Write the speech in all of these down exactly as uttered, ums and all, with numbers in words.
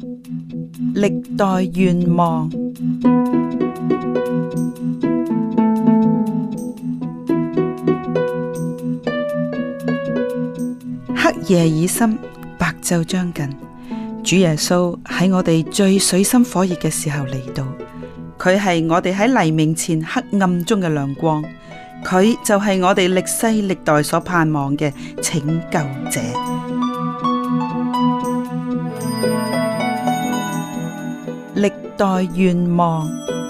歷代願望。黑夜已深，白晝將近。主耶穌喺我哋最水深火熱嘅時候嚟到，佢係我哋喺黎明前黑暗中嘅亮光，佢就係我哋歷世歷代所盼望嘅拯救者。歷代願望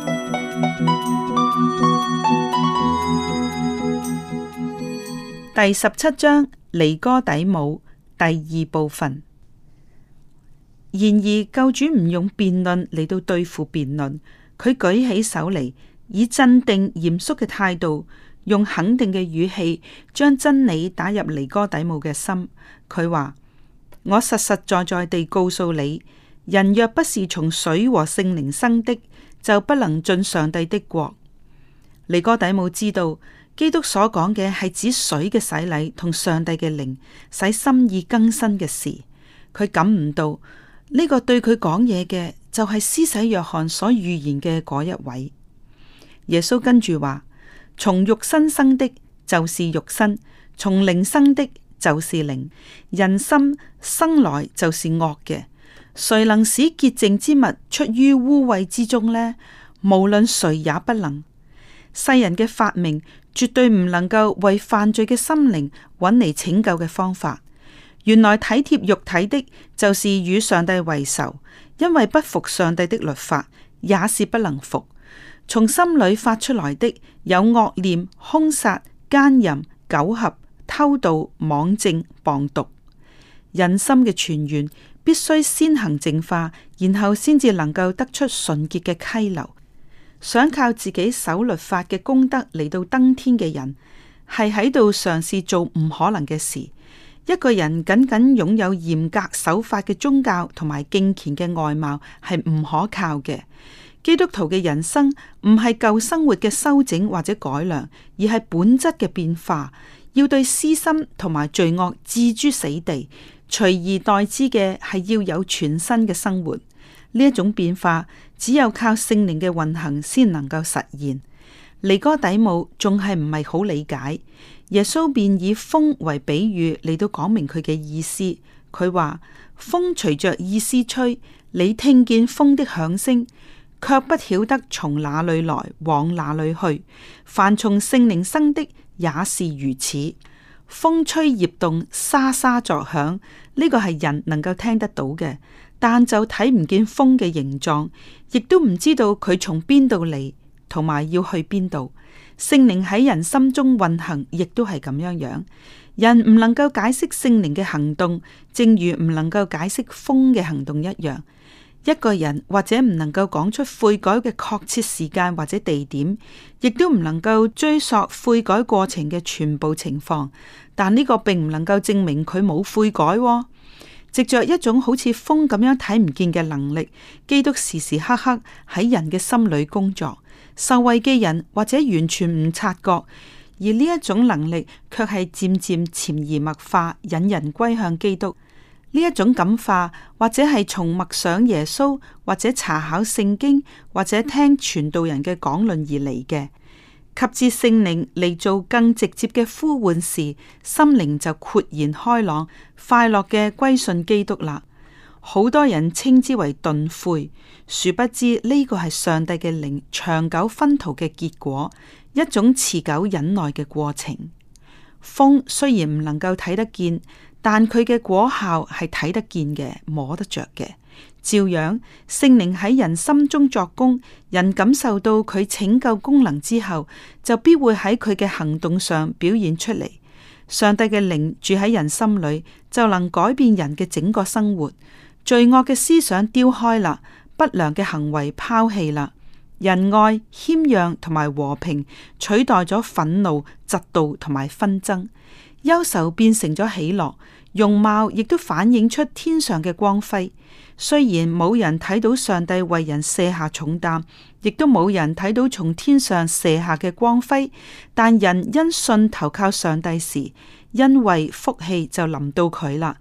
第十七章，尼哥底母第二部分。然而救主唔用辯論嚟到對付辯論，佢舉起手嚟，以鎮定嚴肅嘅態度，用肯定嘅語氣，將真理打入尼哥底母嘅心。佢話：我實實在在地告訴你，人若不是從水和聖靈生的，就不能進上帝的國。尼哥底母知道基督所講嘅係指水嘅洗禮同上帝嘅靈使心意更新嘅事。佢感悟到呢、這個對佢講嘢嘅就係施洗約翰所預言嘅嗰一位。耶穌跟住話：從肉身生的就是肉身，從靈生的就是靈。人心生來就是惡嘅，誰能使潔淨之物出於污穢之中呢？無論誰也不能。世人嘅發明絕對唔能夠為犯罪嘅心靈揾嚟拯救嘅方法。原來體貼肉體的，就是與上帝為仇，因為不服上帝的律法，也是不能服。從心裏發出來的，有惡念、兇殺、奸淫、苟合、偷盜、妄證、謗讟。人心嘅泉源必須先行淨化，然後先至能夠得出純潔嘅溪流。想靠自己守律法嘅功德嚟到登天嘅人，係喺度嘗試做唔可能嘅事。一個人僅僅擁有嚴格守法嘅宗教同埋敬虔嘅外貌係唔可靠嘅。基督徒嘅人生唔係舊生活嘅修整或者改良，而係本質嘅變化。要對私心同埋罪惡置諸死地，隨而代之嘅係要有全新嘅生活。呢一種變化只有靠聖靈嘅運行先能夠實現。尼哥底母仲係唔係好理解，耶穌便以風為比喻嚟到講明佢嘅意思。佢話：風隨着意思吹，你聽見風的響聲，卻不曉得從哪裏來，往哪裏去。凡從聖靈生的也是如此。風吹葉動，沙沙作響，呢個係人能夠聽得到嘅，但就睇唔見風嘅形狀，亦都唔知道佢從邊度嚟，同埋要去邊度。聖靈喺人心中運行，亦都係咁樣樣。人唔能夠解釋聖靈嘅行動，正如唔能夠解釋風嘅行動一樣。一個人或者唔能夠講出悔改嘅確切時間或者地點，亦都唔能夠追溯悔改過程嘅全部情況，但呢個並唔能夠證明佢冇悔改喎。藉着一種好似風咁樣睇唔見嘅能力，基督時時刻刻喺人嘅心裏工作，受惠嘅人或者完全唔察覺，而呢一種能力卻係漸漸潛移默化，引人歸向基督。呢一種感化，或者係從默想耶穌，或者查考聖經，或者聽傳道人嘅講論而嚟嘅。及至聖靈嚟做更直接嘅呼喚時，心靈就豁然開朗，快樂嘅歸順基督啦。好多人稱之為頓悔，殊不知呢個係上帝嘅靈長久熏陶嘅結果，一種持久忍耐嘅過程。風雖然唔能夠睇得見，但佢嘅果效係睇得見嘅，摸得着嘅。照樣，聖靈喺人心中作工，人感受到佢拯救功能之後，就必會喺佢嘅行動上表現出嚟。上帝嘅靈住喺人心裏，就能改變人嘅整個生活。罪惡嘅思想丟開啦，不良嘅行為拋棄啦，仁愛、謙讓同埋和平取代咗憤怒、嫉妒同埋紛爭，憂愁變成咗喜樂，容貌亦都反映出天上嘅光輝。雖然冇人睇到上帝為人卸下重擔，亦都冇人睇到從天上射下嘅光輝，但人因信投靠上帝時，因為福氣就臨到佢啦。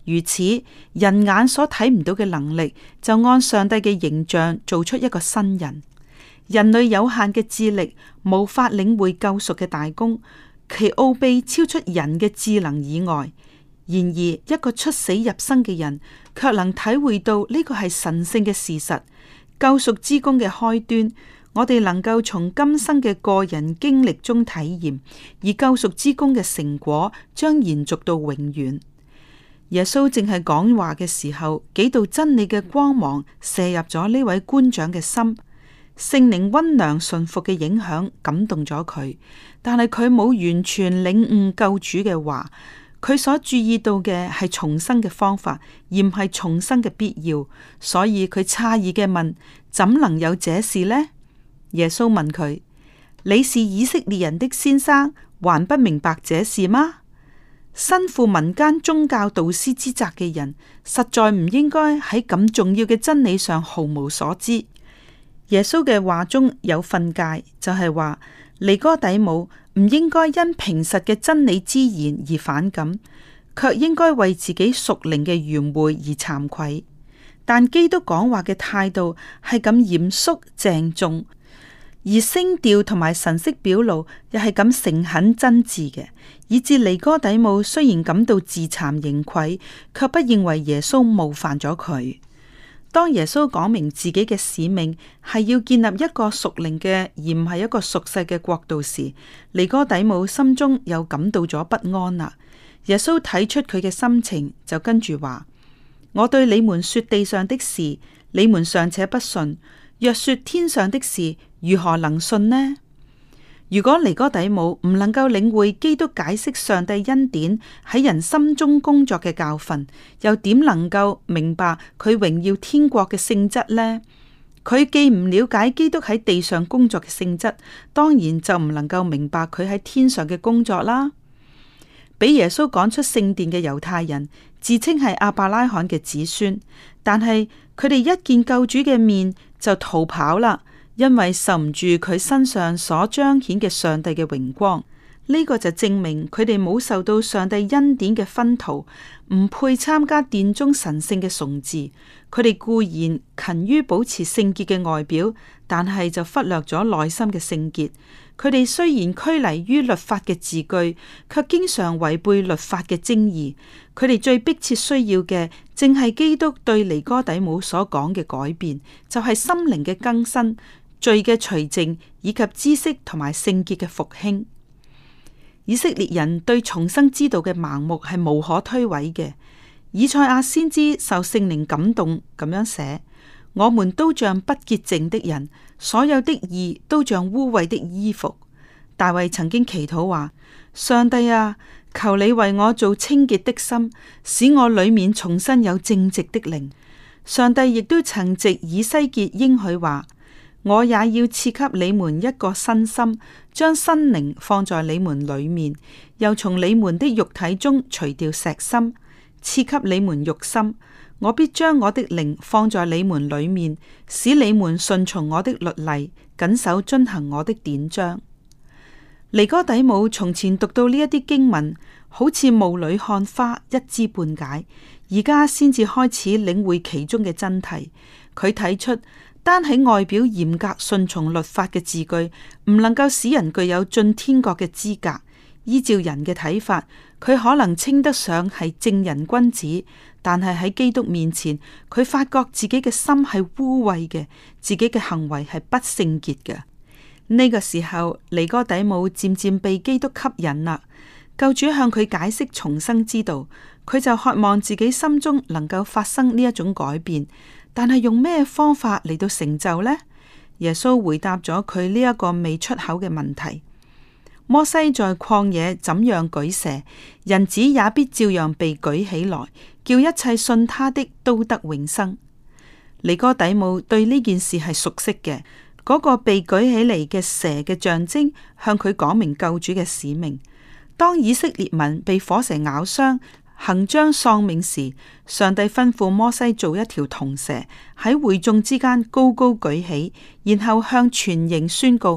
如此，人眼所睇唔到嘅能力，就按上帝嘅形象做出一個新人。人類有限嘅智力無法領會救贖嘅大功，其奧秘超出人嘅智能以外。然而，一個出死入生嘅人，卻能體會到呢個係神聖嘅事實。救贖之功嘅開端，我哋能夠從今生嘅個人經歷中體驗，而救贖之功嘅成果將延續到永遠。耶穌正係講話嘅時候，幾道真理嘅光芒射入咗呢位官長嘅心。聖靈溫良順服嘅影響感動咗佢，但係佢冇完全領悟救主嘅話。佢所注意到嘅係重生嘅方法，而唔係重生嘅必要。所以佢詫異嘅問：怎能有這事呢？耶穌問佢：你是以色列人的先生，還不明白這事嗎？身負民間宗教導師之責嘅人，實在唔應該喺咁重要嘅真理上毫無所知。耶穌嘅話中有訓誡，就係話尼哥底母唔應該因平實嘅真理之言而反感，卻應該為自己屬靈嘅愚昧而慚愧。但基督講話嘅態度係咁嚴肅鄭重，而聲調同埋神色表露又係咁誠懇真摯嘅，以致尼哥底母雖然感到自慚形愧，卻不認為耶穌冒犯咗佢。當耶穌講明自己嘅使命係要建立一個屬靈嘅，而唔係一個屬世嘅國度時，尼哥底母心中又感到咗不安啦。耶穌睇出佢嘅心情，就跟住話：我對你們說地上的事，你們尚且不信；若說天上的事，如何能信呢？如果尼哥底母唔能夠領會基督解釋上帝恩典喺人心中工作嘅教訓，又點能夠明白佢榮耀天國嘅性質呢？佢既唔了解基督喺地上工作嘅性質，當然就唔能夠明白佢喺天上嘅工作啦。俾耶穌趕出聖殿嘅猶太人，自稱係亞伯拉罕嘅子孫，但係佢哋一見救主嘅面就逃跑啦。因為受唔住佢身上所彰顯嘅上帝嘅榮光，呢、這個就證明佢哋冇受到上帝恩典嘅熏陶，唔配參加殿中神聖嘅崇祀。佢哋固然勤於保持聖潔嘅外表，但係就忽略咗內心嘅聖潔。佢哋雖然拘泥於律法嘅字句，卻經常違背律法嘅精義。佢哋最迫切需要嘅，正係基督對尼哥底母所講嘅改變，就係、是、心靈嘅更新、罪嘅除淨以及知識同埋聖潔嘅復興。以色列人對重生之道嘅盲目係無可推諉嘅。以賽亞先知受聖靈感動咁樣寫：我們都像不潔淨的人，所有的義都像污穢的衣服。大衛曾經祈禱話：上帝啊，求你為我做清潔的心，使我裏面重新有正直的靈。上帝亦都曾藉以西結應許話：我也要賜給你們一個新心，將新靈放在你們裏面，又從你們的肉體中除掉石心，賜給你們肉心。我必將我的靈放在你們裏面，使你們順從我的律例，謹守遵行我的典章。尼哥底母從前讀到呢一啲經文，好似霧裏看花，一知半解，而家先至開始領會其中嘅真諦。佢睇出，單喺外表嚴格順從律法嘅字句，唔能夠使人具有進天國嘅資格。依照人嘅睇法，佢可能稱得上係正人君子，但係喺基督面前，佢發覺自己嘅心係污穢嘅，自己嘅行為係不聖潔嘅。呢個時候，尼哥底母漸漸被基督吸引啦。救主向佢解釋重生之道，佢就渴望自己心中能夠發生呢一種改變。但係用咩方法嚟到成就呢？耶穌回答咗佢呢一個未出口嘅問題。摩西在曠野怎樣舉蛇，人子也必照樣被舉起來，叫一切信他的都得永生。尼哥底母對呢件事係熟悉嘅，嗰、那個被舉起嚟嘅蛇嘅象徵，向佢講明救主嘅使命。當以色列民被火蛇咬傷，行將喪命時，上帝吩咐摩西做一條銅蛇，喺會眾之間高高舉起，然後向全營宣告：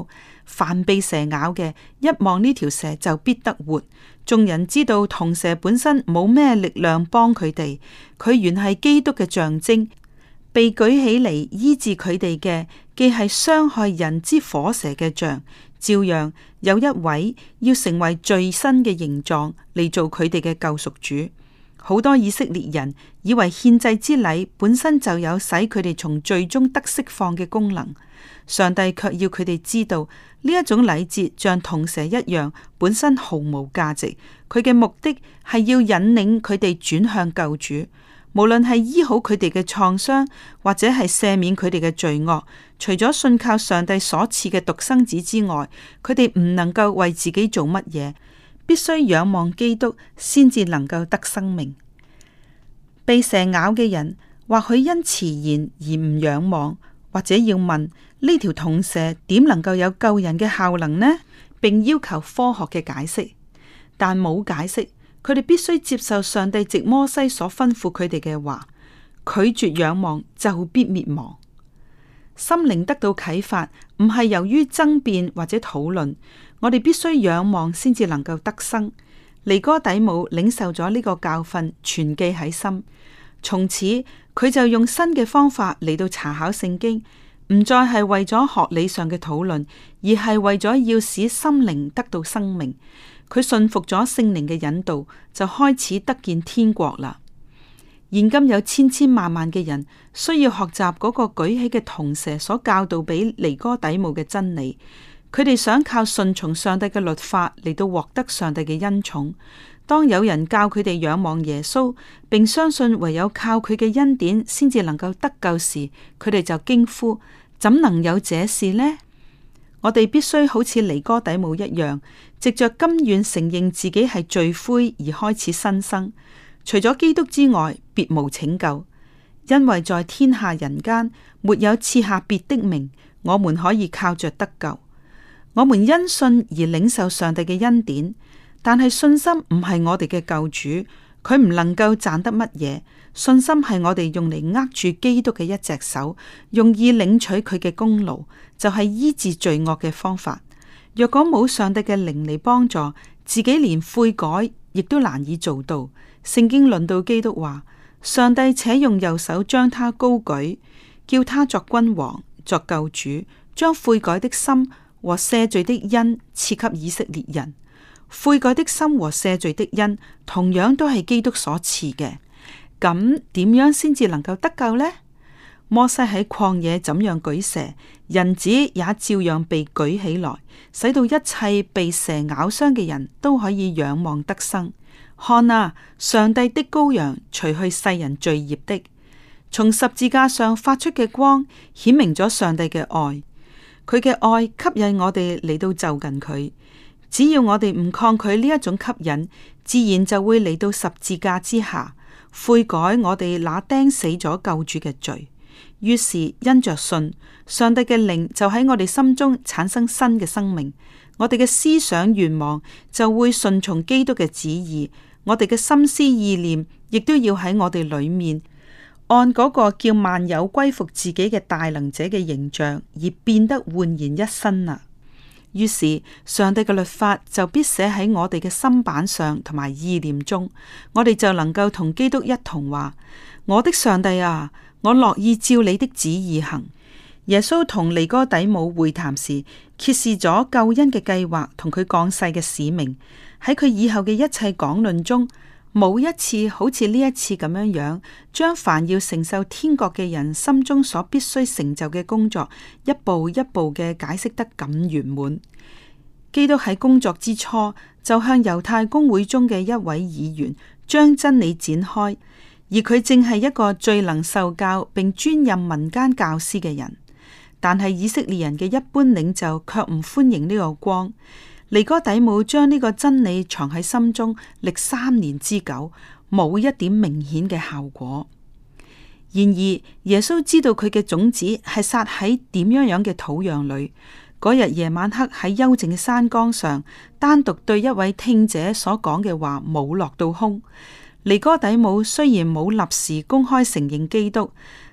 凡被蛇咬嘅，一望呢條蛇就必得活。眾人知道銅蛇本身冇咩力量幫佢哋，佢原係基督嘅象徵，被舉起嚟醫治佢哋嘅，既係傷害人之火蛇嘅像，照樣有一位要成為最新嘅形狀嚟做佢哋嘅救贖主。好多以色列人以為獻祭之禮本身就有使佢哋從罪中得釋放嘅功能，上帝卻要佢哋知道呢一種禮節像銅蛇一樣，本身毫無價值。佢嘅目的係要引領佢哋轉向救主，無論係醫好佢哋嘅創傷，或者係赦免佢哋嘅罪惡。除咗信靠上帝所賜嘅獨生子之外，佢哋唔能夠為自己做乜嘢。必須仰望基督，先至能夠得生命。被蛇咬嘅人，或許因遲延而唔仰望，或者要問呢條銅蛇點能夠有救人嘅效能呢？並要求科學嘅解釋，但冇解釋。佢哋必須接受上帝藉摩西所吩咐佢哋嘅話，拒絕仰望就必滅亡。心靈得到啟發，唔係由於爭辯或者討論。我哋必須仰望先至能夠得生。尼哥底母領受咗呢個教訓，存記喺心。從此佢就用新嘅方法嚟到查考聖經，唔再係為咗學理上嘅討論，而係為咗要使心靈得到生命。佢信服咗聖靈嘅引導，就開始得見天國啦。現今有千千萬萬嘅人需要學習嗰個舉起嘅銅蛇所教導俾尼哥底母嘅真理。佢哋想靠順從上帝嘅律法嚟到獲得上帝嘅恩寵。當有人教佢哋仰望耶穌，並相信唯有靠佢嘅恩典先至能夠得救時，佢哋就驚呼：怎能有這事呢？我哋必須好似尼哥底母一樣，藉着甘願承認自己係罪魁而開始新生。除咗基督之外，別無拯救，因為在天下人間沒有賜下別的名，我們可以靠着得救。我們因信而領受上帝嘅恩典，但係信心唔係我哋嘅救主，佢唔能夠賺得乜嘢。信心係我哋用嚟握住基督嘅一隻手，用以領取佢嘅功勞，就係醫治罪惡嘅方法。若果冇上帝嘅靈嚟幫助，自己連悔改亦都難以做到。聖經論到基督話：上帝且用右手將他高舉，叫他作君王、作救主，將悔改的心和赦罪的恩賜給以色列人。悔改的心和赦罪的恩同樣都係基督所賜嘅。咁點樣先至能夠得救呢？摩西喺曠野怎樣舉蛇，人子也照樣被舉起來，使到一切被蛇咬傷嘅人都可以仰望得生。看啊，上帝的羔羊，除去世人罪孽的。從十字架上發出嘅光，顯明咗上帝嘅愛。佢嘅愛吸引我哋嚟到就近佢。只要我哋唔抗拒呢一種吸引，自然就會嚟到十字架之下，悔改我哋那釘死咗救主嘅罪。於是因着信，上帝嘅靈就喺我哋心中產生新嘅生命。我哋嘅思想願望就會順從基督嘅旨意。我哋嘅心思意念亦都要喺我哋裏面，按嗰個叫萬有歸服自己嘅大能者嘅形象而變得煥然一新啦。於是上帝嘅律法就必寫喺我哋嘅心板上同埋意念中，我哋就能夠同基督一同話：我的上帝啊，我樂意照你的旨意行。耶穌同尼哥底母會談時，揭示咗救恩嘅計劃同佢降世嘅使命。喺佢以後嘅一切講論中，冇一次好似呢一次咁樣樣，將凡要承受天國嘅人心中所必須成就嘅工作，一步一步嘅解釋得咁圓滿。基督喺工作之初，就向猶太公會中嘅一位議員將真理展開，而佢正係一個最能受教並專任民間教師嘅人。但係以色列人嘅一般領袖卻唔歡迎呢個光。尼哥底母將呢個真理藏喺心中，歷三年之久，冇一點明顯嘅效果。然而耶穌知道佢嘅種子係撒喺點樣樣嘅土壤裏。嗰日夜晚黑喺幽靜嘅山崗上，單獨對一位聽者所講嘅話冇落到空。尼哥底母雖然冇立時公開承認基督，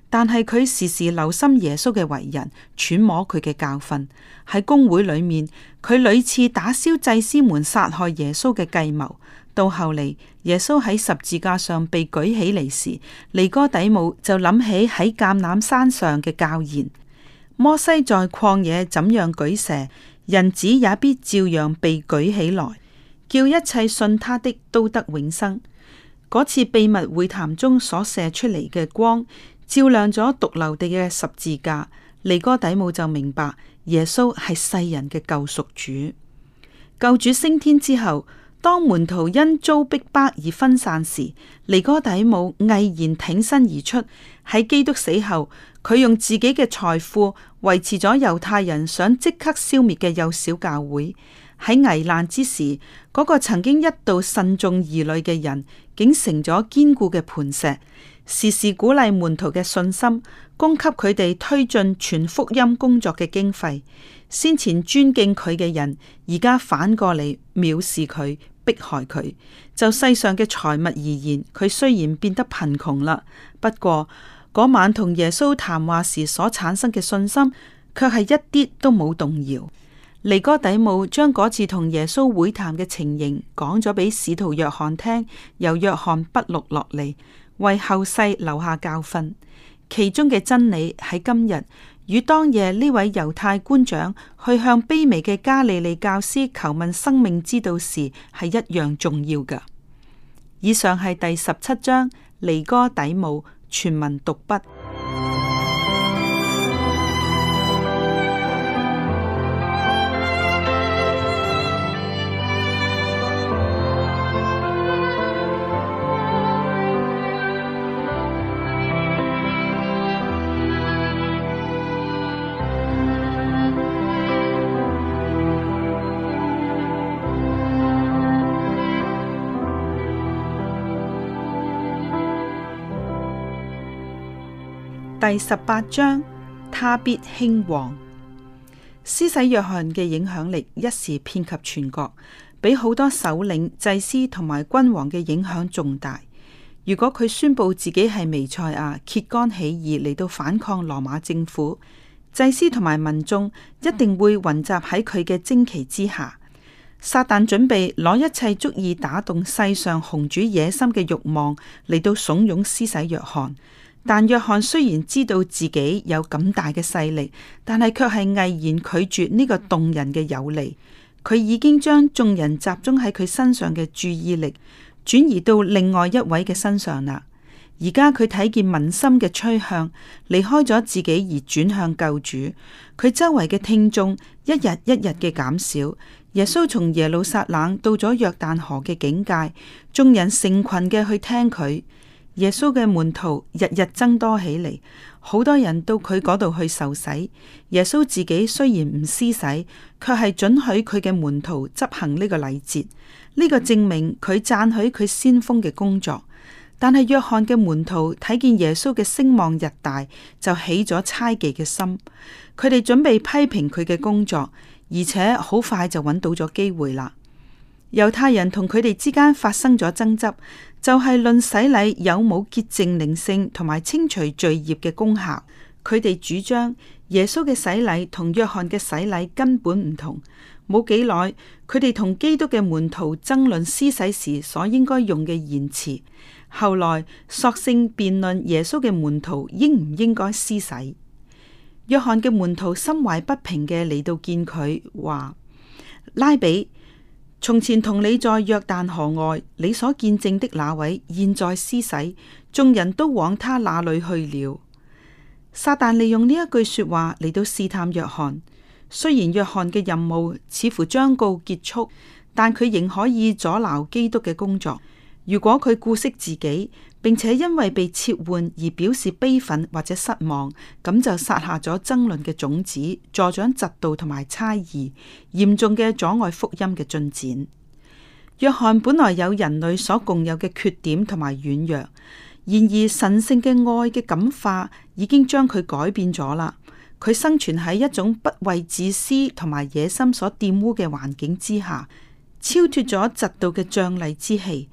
但係佢時時留心耶穌嘅為人，揣摩佢嘅教訓。喺公會裏面，佢屢次打消祭司們殺害耶穌嘅計謀。到後嚟，耶穌喺十字架上被舉起嚟時，尼哥底母就諗起喺橄欖山上嘅教言：摩西在曠野怎樣舉蛇，人子也必照樣被舉起來，叫一切信他的都得永生。嗰次秘密會談中所射出嚟嘅光，照亮咗髑髏地嘅十字架。尼哥底母就明白耶穌係世人嘅救贖主。救主升天之後，當門徒因遭逼迫而分散時，尼哥底母毅然挺身而出。喺基督死後，佢用自己嘅財富維持咗猶太人想即刻消滅嘅幼小教會。喺危難之時，嗰、那個曾經一度慎重疑慮嘅人，竟成咗堅固嘅磐石，時時鼓勵門徒嘅信心，供給佢哋推進全福音工作嘅經費。先前尊敬佢嘅人，而家反過嚟藐視佢，迫害佢。就世上嘅財物而言，佢雖然變得貧窮啦，不過嗰晚同耶穌談話時所產生嘅信心，卻係一啲都冇動搖。尼哥底母將嗰次同耶穌會談嘅情形講咗俾使徒約翰聽，由約翰筆錄落嚟，為後世留下教訓。其中嘅真理喺今日與當夜呢位猶太官長去向卑微嘅加利利教師求問生命之道時係一樣重要㗎。以上係第十七章尼哥底母全文讀畢。第十八章，他必興旺。施洗約翰嘅影響力一時遍及全國，比好多首領、祭司同埋君王嘅影響重大。如果佢宣布自己係彌賽亞，揭竿起義嚟到反抗羅馬政府，祭司同埋民眾一定會雲集喺佢嘅旌旗之下。撒旦準備攞一切足以打動世上雄主野心嘅慾望嚟到慫恿施洗約翰。但約翰雖然知道自己有咁大嘅勢力，但係卻係毅然拒絕呢個動人嘅有利。佢已經將眾人集中喺佢身上嘅注意力轉移到另外一位嘅身上啦。而家佢睇見民心嘅趨向，離開咗自己而轉向救主。佢周圍嘅聽眾一日一日嘅減少。耶穌從耶路撒冷到咗約旦河嘅境界，眾人成群嘅去聽佢。耶穌嘅門徒日日增多起嚟，好多人到佢嗰度去受洗。耶穌自己雖然唔施洗，卻係准許佢嘅門徒執行呢個禮節。呢個證明佢讚許佢先鋒嘅工作。但係約翰嘅門徒睇見耶穌嘅聲望日大，就起咗猜忌嘅心。佢哋準備批評佢嘅工作，而且好快就揾到咗機會啦。猶太人同佢哋之間發生咗爭執，就係論洗禮有冇潔淨靈性同埋清除罪孽嘅功效。佢哋主張耶穌嘅洗禮同約翰嘅洗禮根本唔同。冇幾耐，佢哋同基督嘅門徒爭論施洗時所應該用嘅言辭。後來索性辯論耶穌嘅門徒應唔應該施洗。約翰嘅門徒心懷不平嘅嚟到見佢，話：拉比，從前同你在約旦河外，你所見證的那位現在施洗，眾人都往他那裏去了。撒旦利用呢一句說話嚟到試探約翰。雖然約翰嘅任務似乎將告結束，但佢仍可以阻撓基督嘅工作。如果佢顧惜自己，並且因為被撤換而表示悲憤或者失望，咁就撒下咗爭論嘅種子，助長嫉妒同埋猜疑，嚴重嘅阻礙福音嘅進展。約翰本來有人類所共有嘅缺點同埋軟弱，然而神聖嘅愛嘅感化已經將佢改變咗啦。佢生存喺一種不為自私同埋野心所玷污嘅環境之下，超脫咗嫉妒嘅瘴癘之氣。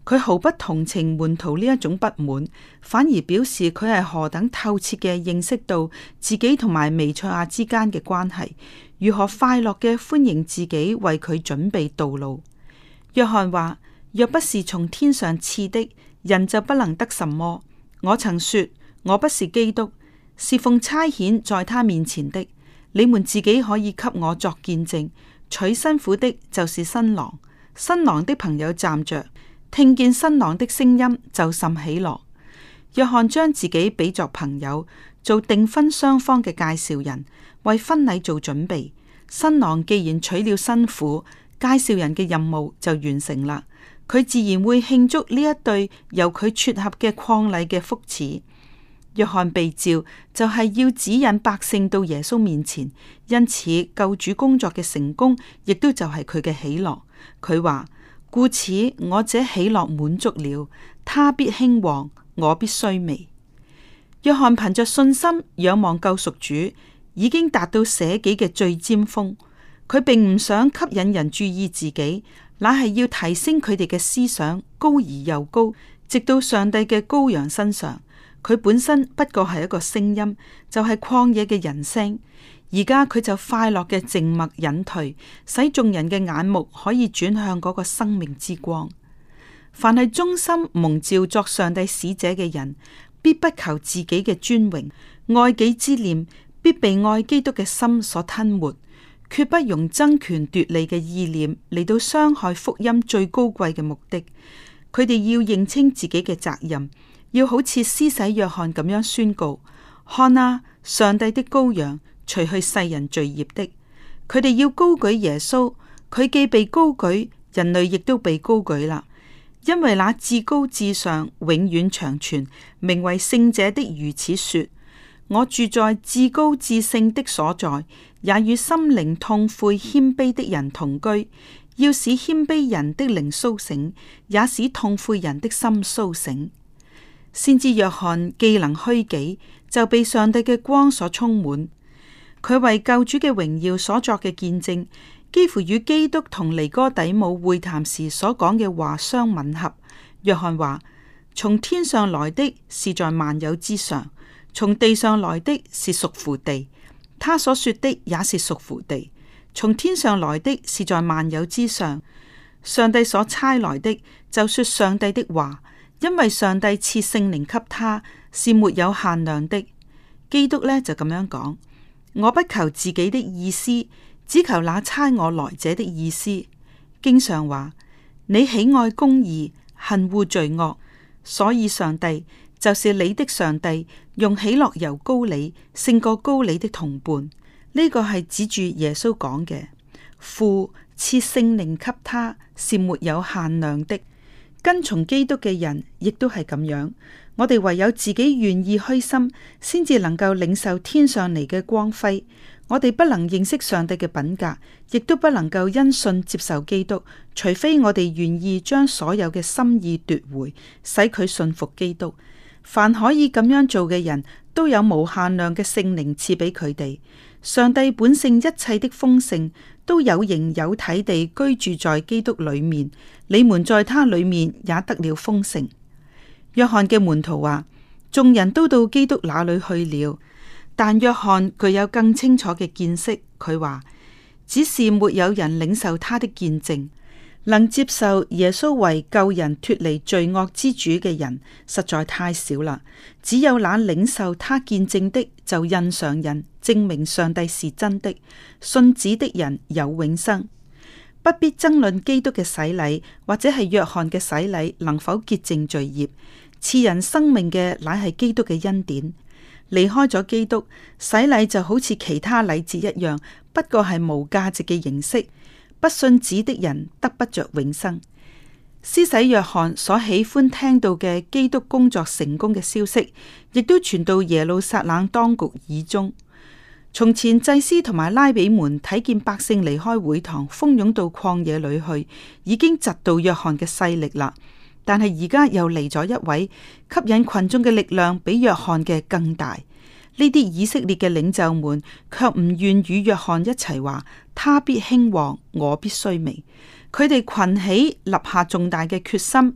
佢毫不同情門徒呢一種不滿，反而表示佢係何等透徹嘅認識到自己同埋彌賽亞之間嘅關係，如何快樂嘅歡迎自己為佢準備道路。約翰話：若不是從天上賜的，人就不能得什麼。我曾說我不是基督，是奉差遣在他面前的。你們自己可以給我作見證。娶新婦的就是新郎，新郎的朋友站着，聽見新郎的聲音就甚喜樂。約翰將自己比作朋友，做訂婚雙方嘅介紹人，為婚禮做準備。新郎既然娶了新婦，介紹人嘅任務就完成啦。佢自然會慶祝呢一對由佢撮合嘅伉儷嘅福祉。約翰被召就係要指引百姓到耶穌面前，因此救主工作嘅成功，亦都就係佢嘅喜樂。佢話：故此我這喜樂滿足了，他必興旺，我必衰微。約翰憑着信心仰望救贖主，已經達到捨己嘅最尖峰。佢並唔想吸引人注意自己，乃係要提升佢哋嘅思想，高而又高，直到上帝嘅羔羊身上。佢本身不過係一個聲音，就係曠野嘅人聲。而家佢就快樂嘅靜默隱退，使眾人嘅眼目可以轉向嗰個生命之光。凡係忠心蒙召作上帝使者嘅人，必不求自己嘅尊榮，愛己之念必被愛基督嘅心所吞沒，決不容爭權奪利嘅意念嚟到傷害福音最高貴嘅目的。佢哋要認清自己嘅責任，要好似施洗約翰咁樣宣告：看啊，上帝的羔羊，除去世人罪孽的。佢哋要高舉耶穌，佢既被高舉，人類亦都被高舉啦。因為那至高至上、永遠長存、名為聖者的如此說：我住在至高至聖的所在，也與心靈痛悔謙卑的人同居，要使謙卑人的靈蘇醒，也使痛悔人的心蘇醒。先知約翰既能虛己，就被上帝嘅光所充滿。佢為救主嘅榮耀所作嘅見證，幾乎與基督同尼哥底母會談時所講嘅話相吻合。約翰話：從天上來的是在萬有之上，從地上來的是屬乎地，他所說的也是屬乎地。從天上來的是在萬有之上，上帝所差來的就說上帝的話。因為上帝賜聖靈給他，是沒有限量的。基督呢就咁樣講：我不求自己的意思，只求那差我來者的意思。經上話：你喜愛公義，恨惡罪惡，所以上帝就是你的上帝，用喜樂油膏你，勝過膏你的同伴。呢、這個係指住耶穌講嘅。父賜聖靈給他，是沒有限量的。跟從基督嘅人亦都係咁樣，我哋唯有自己願意虛心，先至能夠領受天上嚟嘅光輝。我哋不能認識上帝嘅品格，亦都不能夠因信接受基督，除非我哋願意將所有嘅心意奪回，使佢信服基督。凡可以咁樣做嘅人都有無限量嘅聖靈賜俾佢哋。上帝本性一切的豐盛都有形有體地居住在基督裏面，你們在他裏面也得了豐盛。約翰嘅門徒話：眾人都到基督那裏去了，但約翰具有更清楚嘅見識。佢話：只是沒有人領受他的見證，能接受耶穌為救人脫離罪惡之主嘅人實在太少啦。只有那領受他見證的，就印上印，證明上帝是真的。信子的人有永生。不必爭論基督嘅洗禮，或者係約翰嘅洗禮能否潔淨罪孽。賜人生命嘅乃係基督嘅恩典。離開咗基督，洗禮就好似其他禮節一樣，不過係無價值嘅形式。不信子的人得不着永生。施洗約翰所喜歡聽到嘅基督工作成功嘅消息，亦都傳到耶路撒冷當局耳中。從前祭司同埋拉比們睇見百姓離開會堂，蜂擁到曠野裏去，已經窒到約翰嘅勢力啦。但係而家又嚟咗一位吸引群眾嘅力量，比約翰嘅更大。呢啲以色列嘅領袖們卻唔願與約翰一齊話：他必興旺，我必衰微。佢哋群起立下重大嘅決心，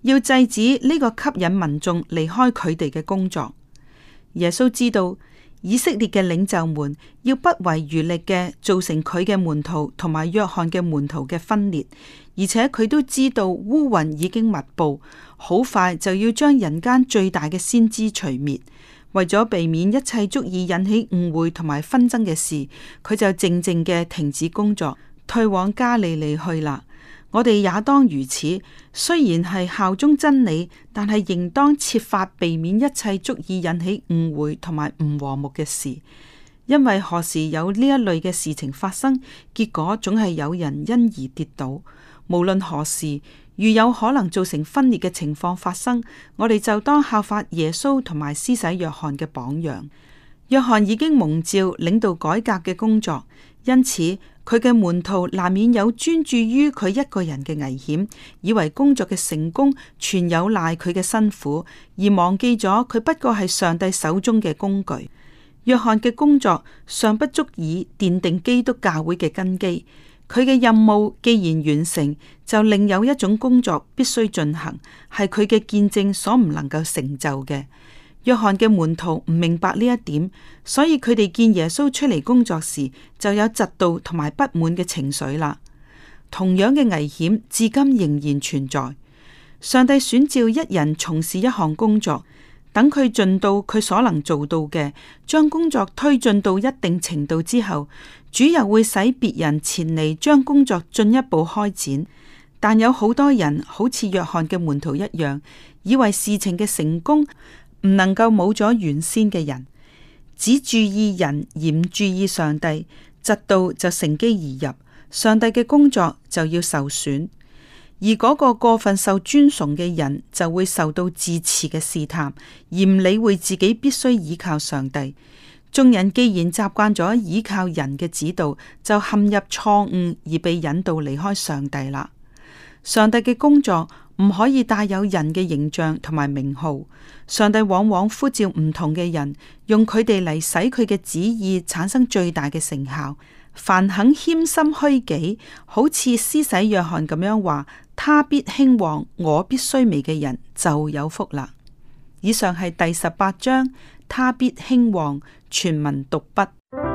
要制止呢個吸引民眾離開佢哋嘅工作。耶穌知道以色列嘅領袖們要不遺餘力嘅造成佢嘅門徒同埋約翰嘅門徒嘅分裂，而且佢都知道烏雲已經密布，好快就要將人間最大嘅先知除滅。為咗避免一切足以引起誤會同埋紛爭嘅事，佢就靜靜嘅停止工作，退往加利利去啦。我哋也當如此，雖然係效忠真理，但係仍當設法避免一切足以引起誤會同埋唔和睦嘅事。因為何時有呢一類嘅事情發生，結果總係有人因而跌倒。無論何時，如有可能造成分裂嘅情況發生，我哋就當效法耶穌同埋施洗約翰嘅榜樣。約翰已經蒙召領導改革嘅工作，因此佢嘅門徒難免有專注於佢一個人嘅危險，以為工作嘅成功全有賴佢嘅辛苦，而忘記咗佢不過係上帝手中嘅工具。約翰嘅工作尚不足以奠定基督教會嘅根基，佢嘅任務既然完成，就另有一種工作必須進行，係佢嘅見證所唔能夠成就嘅。約翰嘅門徒唔明白呢一點，所以佢哋見耶穌出嚟工作時，就有嫉妒同埋不滿嘅情緒啦。同樣嘅危險至今仍然存在。上帝選召一人從事一項工作，等佢盡到佢所能做到嘅，將工作推進到一定程度之後，主又會使別人前嚟將工作進一步開展。但有好多人好似約翰嘅門徒一樣，以為事情嘅成功唔能夠冇咗原先嘅人，只注意人而唔注意上帝，嫉妒就乘機而入，上帝嘅工作就要受損。而嗰個過分受尊崇嘅人就會受到自恃嘅試探，而唔理會自己必須依靠上帝。眾人既然習慣咗依靠人嘅指導，就陷入錯誤而被引導離開上帝啦。上帝嘅工作唔可以帶有人嘅形象同埋名號。上帝往往呼召唔同嘅人，用佢哋嚟使佢嘅旨意產生最大嘅成效。凡肯謙心虛己，好似施洗約翰咁樣話，他必興旺，我必衰微嘅人就有福啦。以上係第十八章，他必興旺，全文讀畢。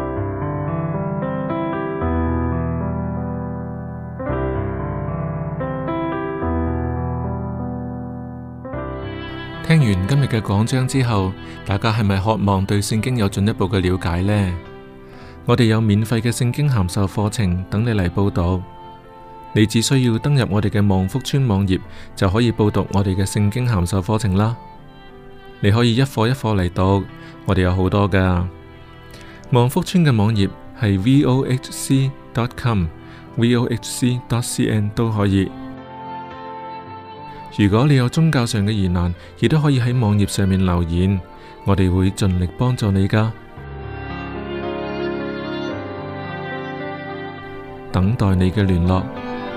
聽完今日嘅講章之後，大家係咪渴望對聖經有進一步嘅了解呢？我哋有免費嘅聖經函授課程等你嚟報讀，你只需要登入我哋嘅望福村網頁就可以報讀我哋嘅聖經函授課程啦。你可以一課一課嚟讀，我哋有好多噶。望福村嘅網頁係 vohc dot com、vohc dot cn 都可以。如果你有宗教上嘅疑難，亦都可以喺網頁上面留言，我哋會盡力幫助你噶。等待你嘅聯絡。